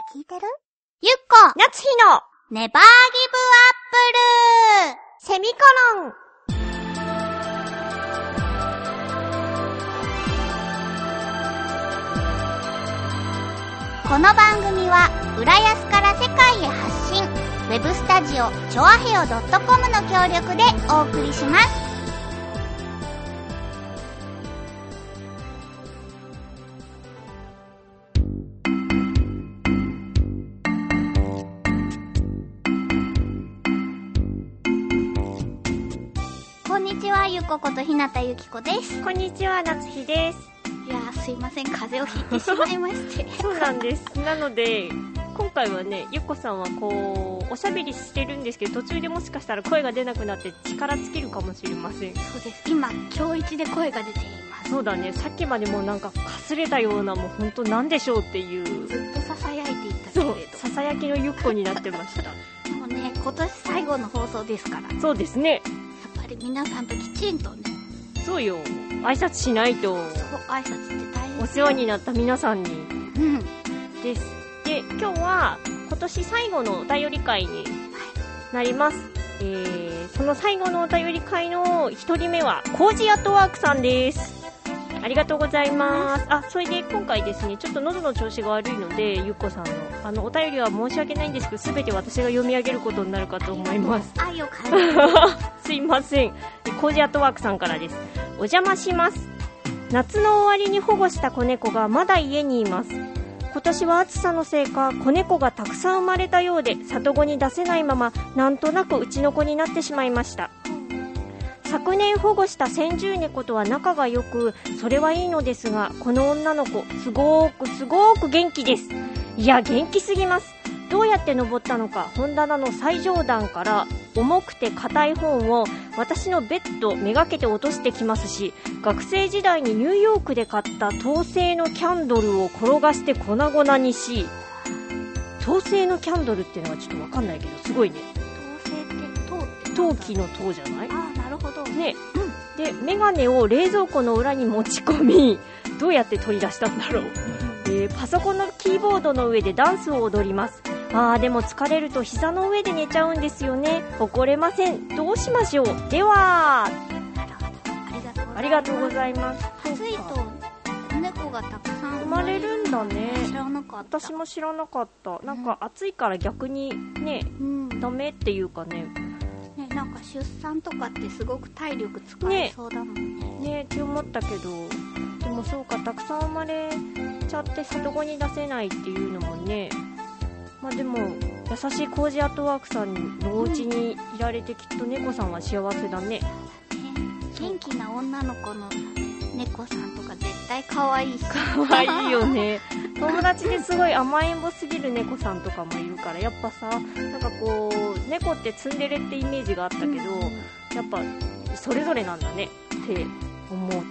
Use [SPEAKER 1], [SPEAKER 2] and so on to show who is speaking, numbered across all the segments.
[SPEAKER 1] 聞いてる？ゆっこ
[SPEAKER 2] 夏日の
[SPEAKER 1] ネバーギブアップル
[SPEAKER 2] セミコロン。
[SPEAKER 1] この番組は浦安から世界へ発信、ウェブスタジオチョアヘオ .com の協力でお送りします。こんにちは、ゆっこことひなたゆきこです。
[SPEAKER 2] こんにちは、夏日です。
[SPEAKER 1] いやー、すいません、風邪をひいてしまいまして
[SPEAKER 2] そうなんです。なので今回はね、ゆっこさんはこうおしゃべりしてるんですけど、途中でもしかしたら声が出なくなって力尽きるかもしれません。
[SPEAKER 1] そうです、今今日一で声が出ています。
[SPEAKER 2] そうだね、さっきまでもうなんかかすれたような、もう本当なんでしょうっていう、
[SPEAKER 1] ずっとささやいていたけれど、
[SPEAKER 2] ささやきのゆっこになってました
[SPEAKER 1] でもね、今年最後の放送ですから。
[SPEAKER 2] そうですね、
[SPEAKER 1] やっぱり皆さんときちんとね、
[SPEAKER 2] そうよ、挨拶しないと。
[SPEAKER 1] そう、挨拶って大事。
[SPEAKER 2] お世話になった皆さんに、です。で、今日は今年最後のお便り会になります。その最後のお便り会の一人目はコージアットワークさんです。ありがとうございます。それで今回ですね、ちょっと喉の調子が悪いので、ゆっこさんのお便りは申し訳ないんですけど、すべて私が読み上げることになるかと思います。
[SPEAKER 1] 愛を感じる
[SPEAKER 2] すいません。コージアットワークさんからです。お邪魔します。夏の終わりに保護した子猫がまだ家にいます。今年は暑さのせいか子猫がたくさん生まれたようで、里子に出せないままなんとなくうちの子になってしまいました。昨年保護した先住猫とは仲が良く、それはいいのですが、この女の子すごーく元気です。いや、元気すぎます。どうやって登ったのか、本棚の最上段から重くて硬い本を私のベッドめがけて落としてきますし、学生時代にニューヨークで買った陶製のキャンドルを転がして粉々にし、陶製のキャンドルっていうのはちょっとわかんないけど、すごいね。
[SPEAKER 1] 陶製って陶って
[SPEAKER 2] 陶器の陶じゃない？
[SPEAKER 1] なるほど
[SPEAKER 2] ね。で、メガネを冷蔵庫の裏に持ち込み、どうやって取り出したんだろう。パソコンのキーボードの上でダンスを踊ります。でも疲れると膝の上で寝ちゃうんですよね。怒れません。どうしましょう。では、ありがとうございます。
[SPEAKER 1] 暑いと子猫がたくさん
[SPEAKER 2] 生まれるんだね。
[SPEAKER 1] 知らなかった。
[SPEAKER 2] 私も知らなかった。なんか暑いから逆にね、ダメっていうかね。
[SPEAKER 1] なんか出産とかってすごく体力使いそうだもんね。
[SPEAKER 2] って思ったけど、でもそうか、たくさん生まれちゃって里子に出せないっていうのもね。でも優しいコージアットワークさんのお家にいられて、きっと猫さんは幸せだね。
[SPEAKER 1] 元気な女の子の猫さんとか絶対可愛いし。
[SPEAKER 2] 可愛いよね。友達ですごい甘えん坊すぎる猫さんとかもいるから、やっぱさ、なんかこう猫ってツンデレってイメージがあったけど、やっぱそれぞれなんだねって思った。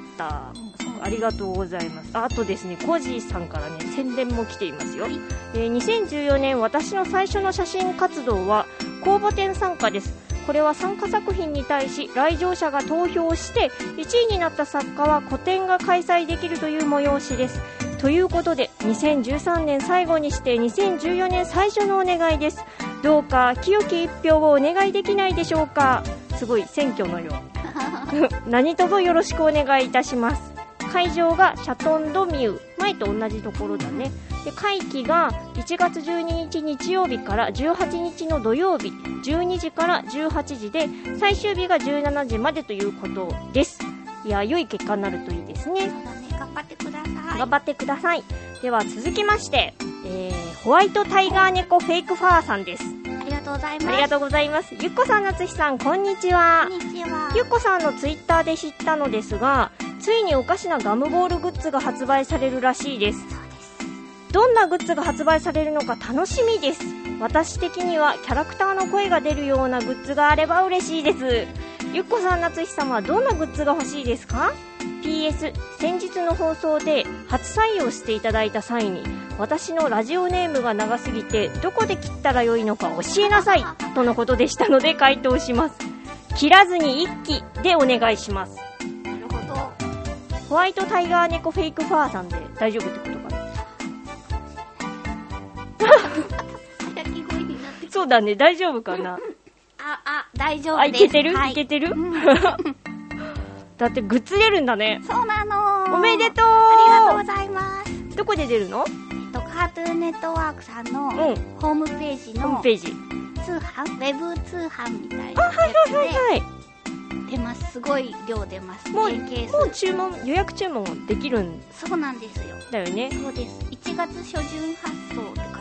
[SPEAKER 2] ありがとうございます。あとですね、コージーさんからね、宣伝も来ていますよ。2014年私の最初の写真活動は公募展参加です。これは参加作品に対し来場者が投票して1位になった作家は個展が開催できるという催しです。ということで2013年最後にして2014年最初のお願いです。どうか清き一票をお願いできないでしょうか。すごい選挙のよう何卒よろしくお願いいたします。会場がシャトンドミュー、前と同じところだね。で、会期が1月12日日曜日から18日の土曜日12時から18時で、最終日が17時までということです。いや、良い結果になるといいですね。
[SPEAKER 1] そうだね、頑張ってください。
[SPEAKER 2] 頑張ってください。では続きまして、ホワイトタイガー猫フェイクファーさんです。
[SPEAKER 1] ありがとうございます。
[SPEAKER 2] ありがとうございます。ゆっこさん、なつひさん、こんにちは。
[SPEAKER 1] こんにちは。
[SPEAKER 2] ゆっこさんのツイッターで知ったのですが、ついにおかしなガムボールグッズが発売されるらしいです。どんなグッズが発売されるのか楽しみです。私的にはキャラクターの声が出るようなグッズがあれば嬉しいです。ゆっこさん、なつひさんはどんなグッズが欲しいですか？ PS、先日の放送で初採用していただいた際に、私のラジオネームが長すぎてどこで切ったらよいのか教えなさいとのことでしたので回答します。切らずに一気でお願いします。
[SPEAKER 1] なるほど。
[SPEAKER 2] ホワイトタイガー猫フェイクファーさんで大丈夫ってことかなそうだね、大丈夫かな。
[SPEAKER 1] 大丈夫です。
[SPEAKER 2] あ、いけてる、
[SPEAKER 1] はい、
[SPEAKER 2] いけてる、だってグッズ出るんだね。
[SPEAKER 1] そうなの。
[SPEAKER 2] おめでとう。
[SPEAKER 1] ありがとうございます。
[SPEAKER 2] どこで出るの？
[SPEAKER 1] カートゥーンネットワークさんのホームページの、
[SPEAKER 2] ホームページ。
[SPEAKER 1] 通販、ウェブ通販みたい
[SPEAKER 2] あ、
[SPEAKER 1] な
[SPEAKER 2] はいはいはいはい。
[SPEAKER 1] 出ます。すごい量出ます。
[SPEAKER 2] もう
[SPEAKER 1] ケース。
[SPEAKER 2] 予約注文できるん
[SPEAKER 1] そうなんですよ。
[SPEAKER 2] だよね。
[SPEAKER 1] そうです。1月初旬発送って書いてあって。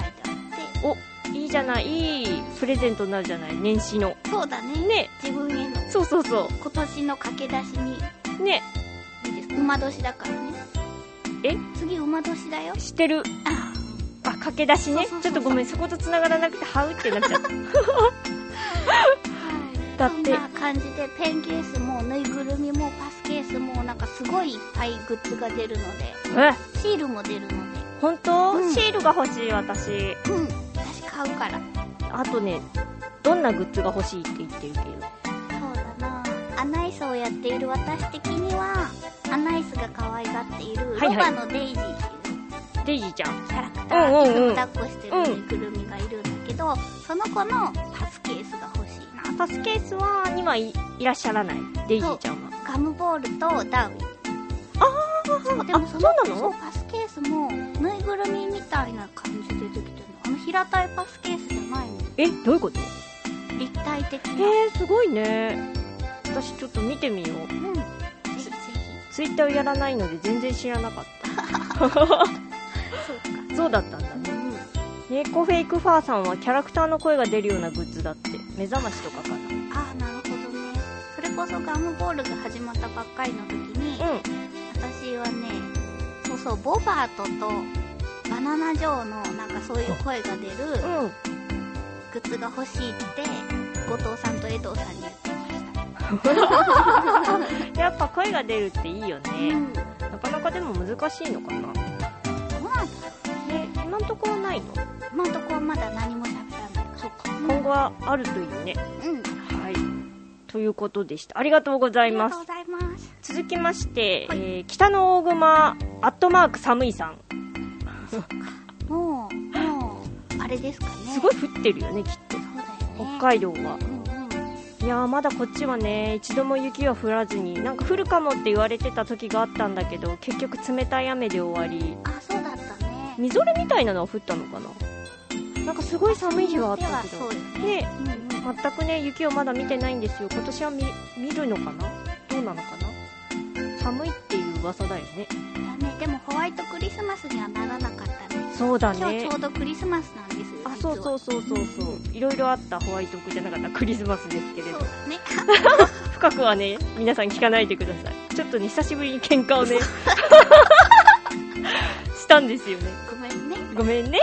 [SPEAKER 2] お、いいじゃない。いいプレゼントになるじゃない。年始の。
[SPEAKER 1] そうだね。
[SPEAKER 2] ね。
[SPEAKER 1] 自分への。
[SPEAKER 2] そうそうそ
[SPEAKER 1] 今年の駆け出しに。
[SPEAKER 2] ね。
[SPEAKER 1] いいです。馬年だからね。
[SPEAKER 2] え？
[SPEAKER 1] 次馬年だよ。
[SPEAKER 2] 知ってる。あ、駆け出しね。ちょっとごめん、そこと繋がらなくて、はうってなっちゃった。だって。
[SPEAKER 1] そんな感じで、ペンケースも、ぬいぐるみも、パスケースも、なんかすごいいっぱいグッズが出るので。シールも出るので。
[SPEAKER 2] 本当？シールが欲しい、私。
[SPEAKER 1] 私買うから。
[SPEAKER 2] あとね、どんなグッズが欲しいって言ってるけど。
[SPEAKER 1] そうだな。アナイスをやっている私的には、アナイスが可愛がっている、ロバのデイジーっていう。
[SPEAKER 2] デイジーちゃん。
[SPEAKER 1] キャラクター、いつも抱っこしてるぬいぐるみがいるんだけど、その子のパスケースが欲しいな。
[SPEAKER 2] パスケースにはいらっしゃらない、デイジーちゃんは。
[SPEAKER 1] ガムボールとダウン。でもそうなの？そう、パスケースも、ぬいぐるみみたいな感じでできてるの。平たいパスケースじゃないの。
[SPEAKER 2] え、どういうこと？
[SPEAKER 1] 立体的な。
[SPEAKER 2] すごいね。私ちょっと見てみよう。
[SPEAKER 1] ぜひぜひ。
[SPEAKER 2] ツイッターをやらないので全然知らなかった。そうだったんだね。猫フェイクファーさんはキャラクターの声が出るようなグッズだって。目覚ましとかかな。
[SPEAKER 1] なるほどね。それこそガムボールが始まったばっかりの時に、私はね、そうボバートとバナナジョーのなんかそういう声が出るグッズが欲しいって後藤さんと江藤さんに言ってました。
[SPEAKER 2] やっぱ声が出るっていいよね。なかなかでも難しいのかな。
[SPEAKER 1] どうなんだろうね。
[SPEAKER 2] 今んとこはないの？
[SPEAKER 1] 今んとこはまだ何も喋らない。
[SPEAKER 2] そうか。今後はあるといいね。はい。ということでした。ありがとうございます。
[SPEAKER 1] ありがとうございます。
[SPEAKER 2] 続きまして、北の大熊@寒いさん。
[SPEAKER 1] そっか。もうあれですかね。
[SPEAKER 2] すごい降ってるよね、きっと。
[SPEAKER 1] そうだよね。
[SPEAKER 2] 北海道は。いやー、まだこっちはね、一度も雪は降らずに、なんか降るかもって言われてた時があったんだけど、結局冷たい雨で終わり。
[SPEAKER 1] そうだったね。
[SPEAKER 2] みぞれみたいなのは降ったのかな。なんかすごい寒い日はあったけど。ね、全くね、雪をまだ見てないんですよ。今年は見るのかな？どうなのかな？寒いっていう噂だよね。
[SPEAKER 1] だね。でもホワイトクリスマスにはならなかったね。
[SPEAKER 2] そうだね。
[SPEAKER 1] 今日ちょうどクリスマスなんですよ。
[SPEAKER 2] そう。いろいろあったホワイトじゃなかったクリスマスですけれど。
[SPEAKER 1] そうだね。
[SPEAKER 2] 深くはね、皆さん聞かないでください。ちょっとね、久しぶりに喧嘩をね、したんですよね。ごめんね。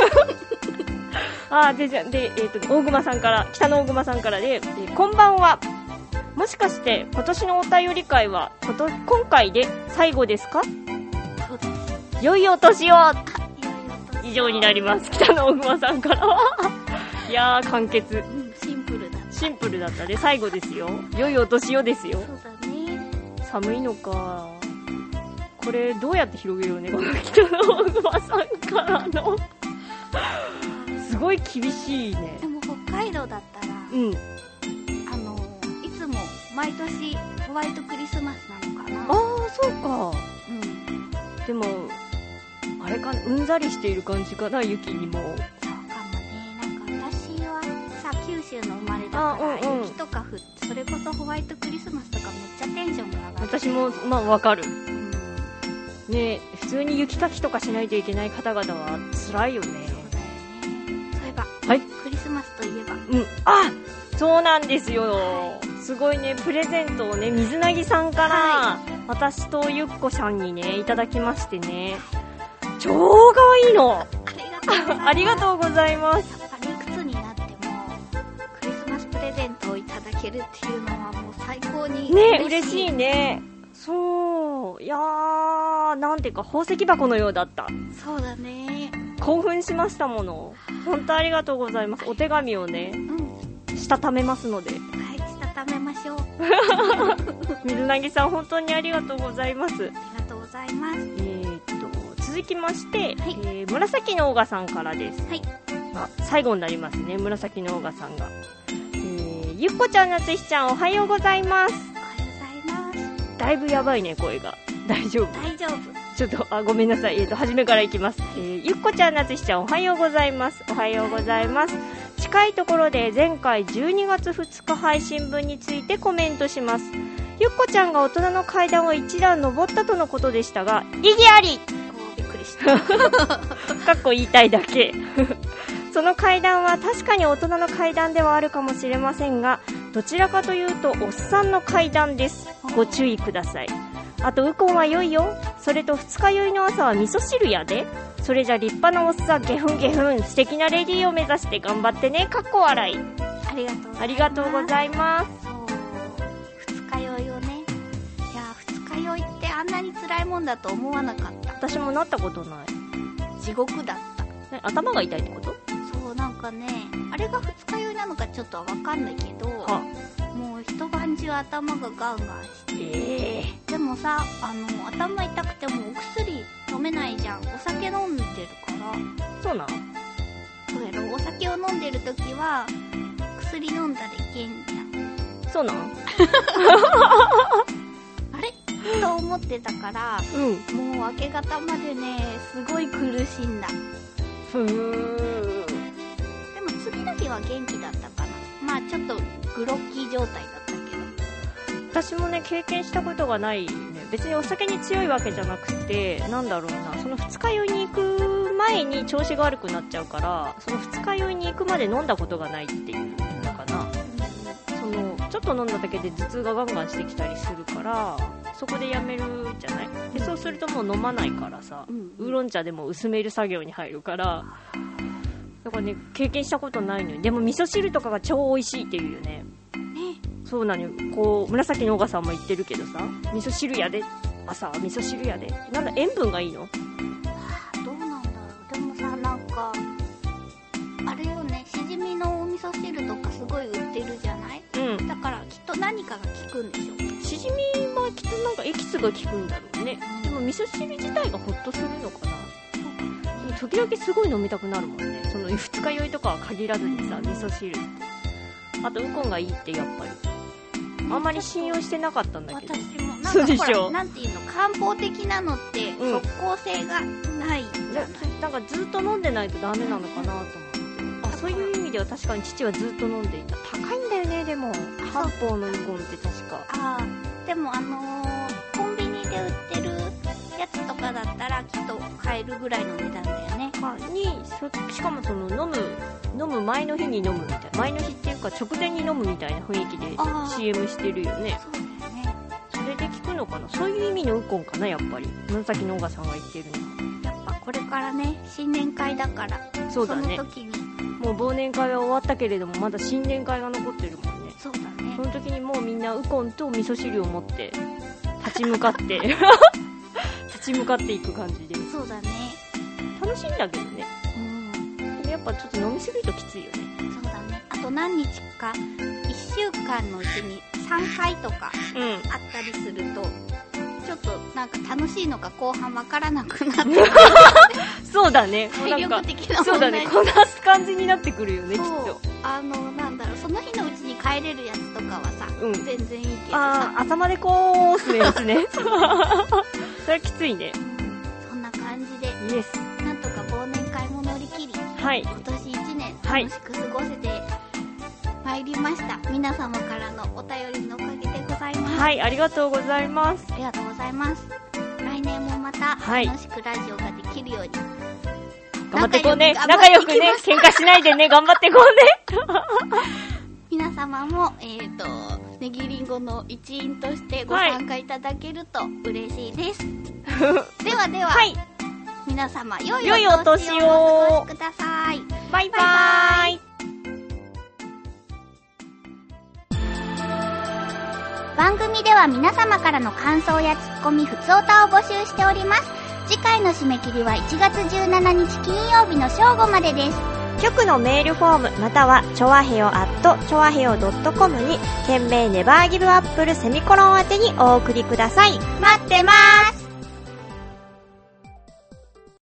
[SPEAKER 2] 大熊さんから、北の大熊さんからで、こんばんは。もしかして、今年のお便り会は、今回で最後ですか？
[SPEAKER 1] そうです。
[SPEAKER 2] 良いお年を以上になります。北の大熊さんからは。いやー、簡潔。
[SPEAKER 1] シンプルだった
[SPEAKER 2] ね。最後ですよ。良いお年をですよ。
[SPEAKER 1] そうだね。
[SPEAKER 2] 寒いのか。これ、どうやって広げようね、この北の大熊さんからの。すごい厳しいね。
[SPEAKER 1] でも北海道だったら、いつも毎年ホワイトクリスマスなのかな。
[SPEAKER 2] そうか。でもあれかな、うんざりしている感じかな、雪にも。
[SPEAKER 1] そうかもね。なんか私はさ、九州の生まれだから、雪とか降って、それこそホワイトクリスマスとかめっちゃテンションが上がる。
[SPEAKER 2] 私もわかる。ね、普通に雪かきとかしないといけない方々は辛いよね。
[SPEAKER 1] そうだよね。そういえば、クリスマスといえば、
[SPEAKER 2] そうなんですよ。すごいね、プレゼントをね、水なぎさんから、私とゆっこさんにね、いただきましてね、超かわいいの。ありがとうございます。
[SPEAKER 1] やっぱりいくつになってもクリスマスプレゼントをいただけるっていうのはもう最高に
[SPEAKER 2] 嬉しいね。そう、いやー、なんていうか宝石箱のようだった。
[SPEAKER 1] そうだね。
[SPEAKER 2] 興奮しましたもの。本当ありがとうございます。お手紙をね、したためますので。
[SPEAKER 1] したためましょう。
[SPEAKER 2] 水なぎさん、本当にありがとうございます。
[SPEAKER 1] ありがとうございます。
[SPEAKER 2] 続きまして、紫のオガさんからです。 最後になりますね、紫のオーガさんが。ゆっこちゃん、なつひちゃん、おはようございます。
[SPEAKER 1] おはようございます。
[SPEAKER 2] だいぶやばいね、声が。大丈夫？
[SPEAKER 1] 大丈夫。
[SPEAKER 2] ちょっと、ごめんなさい。初めからいきます。ゆっこちゃん、なつひちゃん、おはようございます。おはようございます。近いところで前回12月2日配信分についてコメントします。ゆっこちゃんが大人の階段を一段登ったとのことでしたが、意義あり！
[SPEAKER 1] びっくりした。
[SPEAKER 2] かっこ言いたいだけ。その階段は確かに大人の階段ではあるかもしれませんが、どちらかというとおっさんの階段です。ご注意ください。あとウコンは良いよ。それと二日酔いの朝は味噌汁やで。それじゃ立派なおっさん、ゲフンゲフン、素敵なレディーを目指して頑張ってね。かっこ笑い。ありがとうございます。
[SPEAKER 1] そう、二日酔いをね。いや、二日酔いってあんなに辛いもんだと思わなかった。
[SPEAKER 2] 私もなったことない。
[SPEAKER 1] 地獄だった。
[SPEAKER 2] 頭が痛いってこと？
[SPEAKER 1] そう、なんかね、あれが二日酔いなのかちょっとわかんないけど、もう一晩中頭がガンガンして、でもさ、頭痛くてもお薬飲めないじゃん。お酒飲んでるから。
[SPEAKER 2] そうなん？
[SPEAKER 1] そうやろ。お酒を飲んでるときは薬飲んだらいけんじゃん。
[SPEAKER 2] そうなん？
[SPEAKER 1] あれと思ってたから、もう明け方までね、すごい苦しんだ。でも次の日は元気だったかな。まあちょっとグロッキー状態だったけど。
[SPEAKER 2] 私もね、経験したことがないね。別にお酒に強いわけじゃなくて、なんだろうな、その二日酔いに行く前に調子が悪くなっちゃうから、その二日酔いに行くまで飲んだことがないっていうのかな。ちょっと飲んだだけで頭痛がガンガンしてきたりするから、そこでやめるじゃない。でそうするともう飲まないからさ、ウーロン茶でも薄める作業に入るから、だからね、経験したことないのに。でも味噌汁とかが超美味しいっていうよね。そうなのよ。こう紫のオガさんも言ってるけどさ、味噌汁やで、朝は味噌汁やで。なんだ、塩分がいいの？
[SPEAKER 1] どうなんだろう。でもさ、なんかあれよね、しじみのお味噌汁とかすごい売ってるじゃない？だからきっと何かが効くんでしょ。
[SPEAKER 2] しじみはきっとなんかエキスが効くんだろうね。でも味噌汁自体がホッとするのかな。時々すごい飲みたくなるもんね。その二日酔いとかは限らずにさ、味噌汁って。あとウコンがいいってやっぱり。あんまり信用してなかったんだけど。
[SPEAKER 1] 私もなんか
[SPEAKER 2] そうでしょ。
[SPEAKER 1] なんていうの、漢方的なのって即効性がないじゃない。
[SPEAKER 2] なんかずっと飲んでないとダメなのかなと思って。そういう意味では確かに父はずっと飲んでいた。高いんだよね、でも漢方のウコンって確か。
[SPEAKER 1] でもコンビニで売ってるやつとかだったらきっと買えるぐらいの値段だよね。
[SPEAKER 2] しかもその飲む前の日に飲むみたいな、前の日っていうか直前に飲むみたいな雰囲気で CM してるよね。
[SPEAKER 1] そうだよね。
[SPEAKER 2] それで効くのかな。そういう意味のウコンかな、やっぱり紫のオガさんが言ってるの。
[SPEAKER 1] やっぱこれからね、新年会だから。
[SPEAKER 2] そうだね。
[SPEAKER 1] その時に
[SPEAKER 2] もう忘年会は終わったけれども、まだ新年会が残ってるもんね。
[SPEAKER 1] そうだね。
[SPEAKER 2] その時にもうみんなウコンと味噌汁を持って立ち向かって立ち向かっていく感じで。
[SPEAKER 1] そうだね。
[SPEAKER 2] 楽しいんだけどね。でもやっぱちょっと飲みすぎるときついよね。
[SPEAKER 1] そうだね。あと何日か1週間のうちに3回とかあったりすると、ちょっとなんか楽しいのか後半わからなくなって
[SPEAKER 2] そうだね。
[SPEAKER 1] 体力的な問題。
[SPEAKER 2] そうだね。こんな感じになってくるよね、きっと。
[SPEAKER 1] なんだろう、その日のうちに帰れるやつとかはさ、全然いいけどさ。
[SPEAKER 2] 朝までこうするやつね。それはきついね。
[SPEAKER 1] そんな感じで、
[SPEAKER 2] イエス。
[SPEAKER 1] なんとか忘年会も乗り切り、今年1年楽しく過ごせてまいりました。皆様からのお便りのおかげでございます。
[SPEAKER 2] はい、ありがとうございます。
[SPEAKER 1] ありがとうございます。来年もまた楽しくラジオができるように、
[SPEAKER 2] 頑張っていこうね。仲良くね、喧嘩しないでね、頑張っていこうね。
[SPEAKER 1] 皆様も、ネギリンゴの一員としてご参加いただけると嬉しいです。ではでは、皆様、良いお年をお過ごしください。
[SPEAKER 2] バイバーイ。
[SPEAKER 1] 番組では皆様からの感想やツッコミ、ふつおたを募集しております。次回の締め切りは1月17日金曜日の正午までです。
[SPEAKER 2] 局のメールフォームまたはちょわへよ@choaheyo.com に件名ネバーギブアップルセミコロン宛てにお送りください。
[SPEAKER 1] 待ってまーす。